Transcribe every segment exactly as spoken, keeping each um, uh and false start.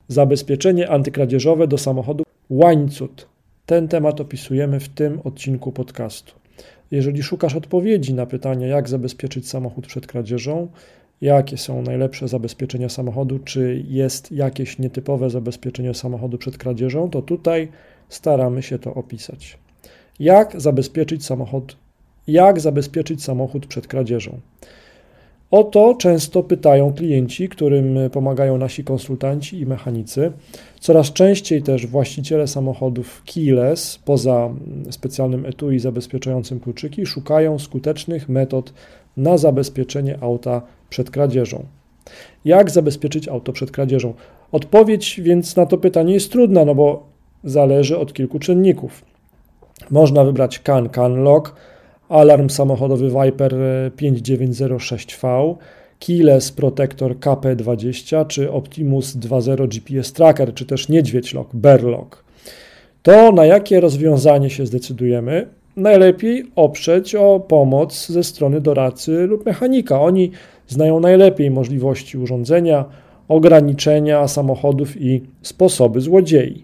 Zabezpieczenie antykradzieżowe do samochodu łańcuch. Ten temat opisujemy w tym odcinku podcastu. Jeżeli szukasz odpowiedzi na pytanie, jak zabezpieczyć samochód przed kradzieżą, jakie są najlepsze zabezpieczenia samochodu, czy jest jakieś nietypowe zabezpieczenie samochodu przed kradzieżą, to tutaj staramy się to opisać. Jak zabezpieczyć samochód, jak zabezpieczyć samochód przed kradzieżą? O to często pytają klienci, którym pomagają nasi konsultanci i mechanicy. Coraz częściej też właściciele samochodów keyless, poza specjalnym etui zabezpieczającym kluczyki, szukają skutecznych metod na zabezpieczenie auta przed kradzieżą. Jak zabezpieczyć auto przed kradzieżą? Odpowiedź więc na to pytanie jest trudna, no bo zależy od kilku czynników. Można wybrać C A N C A N Lock, alarm samochodowy Viper pięć dziewięć zero sześć V, Keyless Protector K P dwadzieścia, czy Optimus dwa zero G P S Tracker, czy też Niedźwiedź Lock, Bear Lock. To na jakie rozwiązanie się zdecydujemy? Najlepiej oprzeć o pomoc ze strony doradcy lub mechanika. Oni znają najlepiej możliwości urządzenia, ograniczenia samochodów i sposoby złodziei.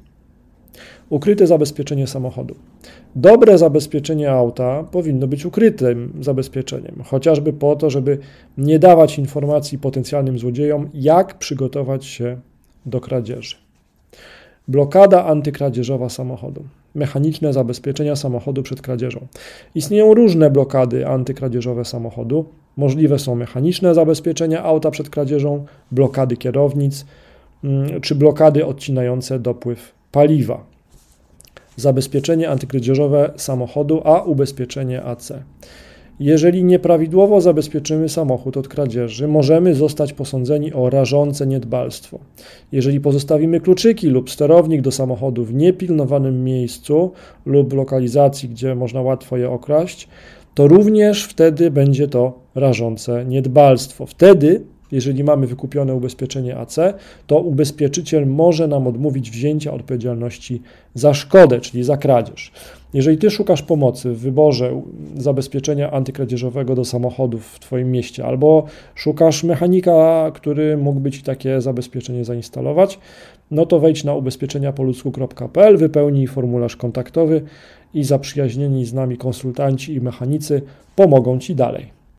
Ukryte zabezpieczenie samochodu. Dobre zabezpieczenie auta powinno być ukrytym zabezpieczeniem, chociażby po to, żeby nie dawać informacji potencjalnym złodziejom, jak przygotować się do kradzieży. Blokada antykradzieżowa samochodu. Mechaniczne zabezpieczenia samochodu przed kradzieżą. Istnieją różne blokady antykradzieżowe samochodu. Możliwe są mechaniczne zabezpieczenia auta przed kradzieżą, blokady kierownic czy blokady odcinające dopływ paliwa. Zabezpieczenie antykradzieżowe samochodu, a ubezpieczenie A C. Jeżeli nieprawidłowo zabezpieczymy samochód od kradzieży, możemy zostać posądzeni o rażące niedbalstwo. Jeżeli pozostawimy kluczyki lub sterownik do samochodu w niepilnowanym miejscu lub lokalizacji, gdzie można łatwo je okraść, to również wtedy będzie to rażące niedbalstwo. Wtedy, jeżeli mamy wykupione ubezpieczenie A C, to ubezpieczyciel może nam odmówić wzięcia odpowiedzialności za szkodę, czyli za kradzież. Jeżeli Ty szukasz pomocy w wyborze zabezpieczenia antykradzieżowego do samochodów w Twoim mieście albo szukasz mechanika, który mógłby Ci takie zabezpieczenie zainstalować, no to wejdź na ubezpieczenia po ludzku kropka p l, wypełnij formularz kontaktowy i zaprzyjaźnieni z nami konsultanci i mechanicy pomogą Ci dalej.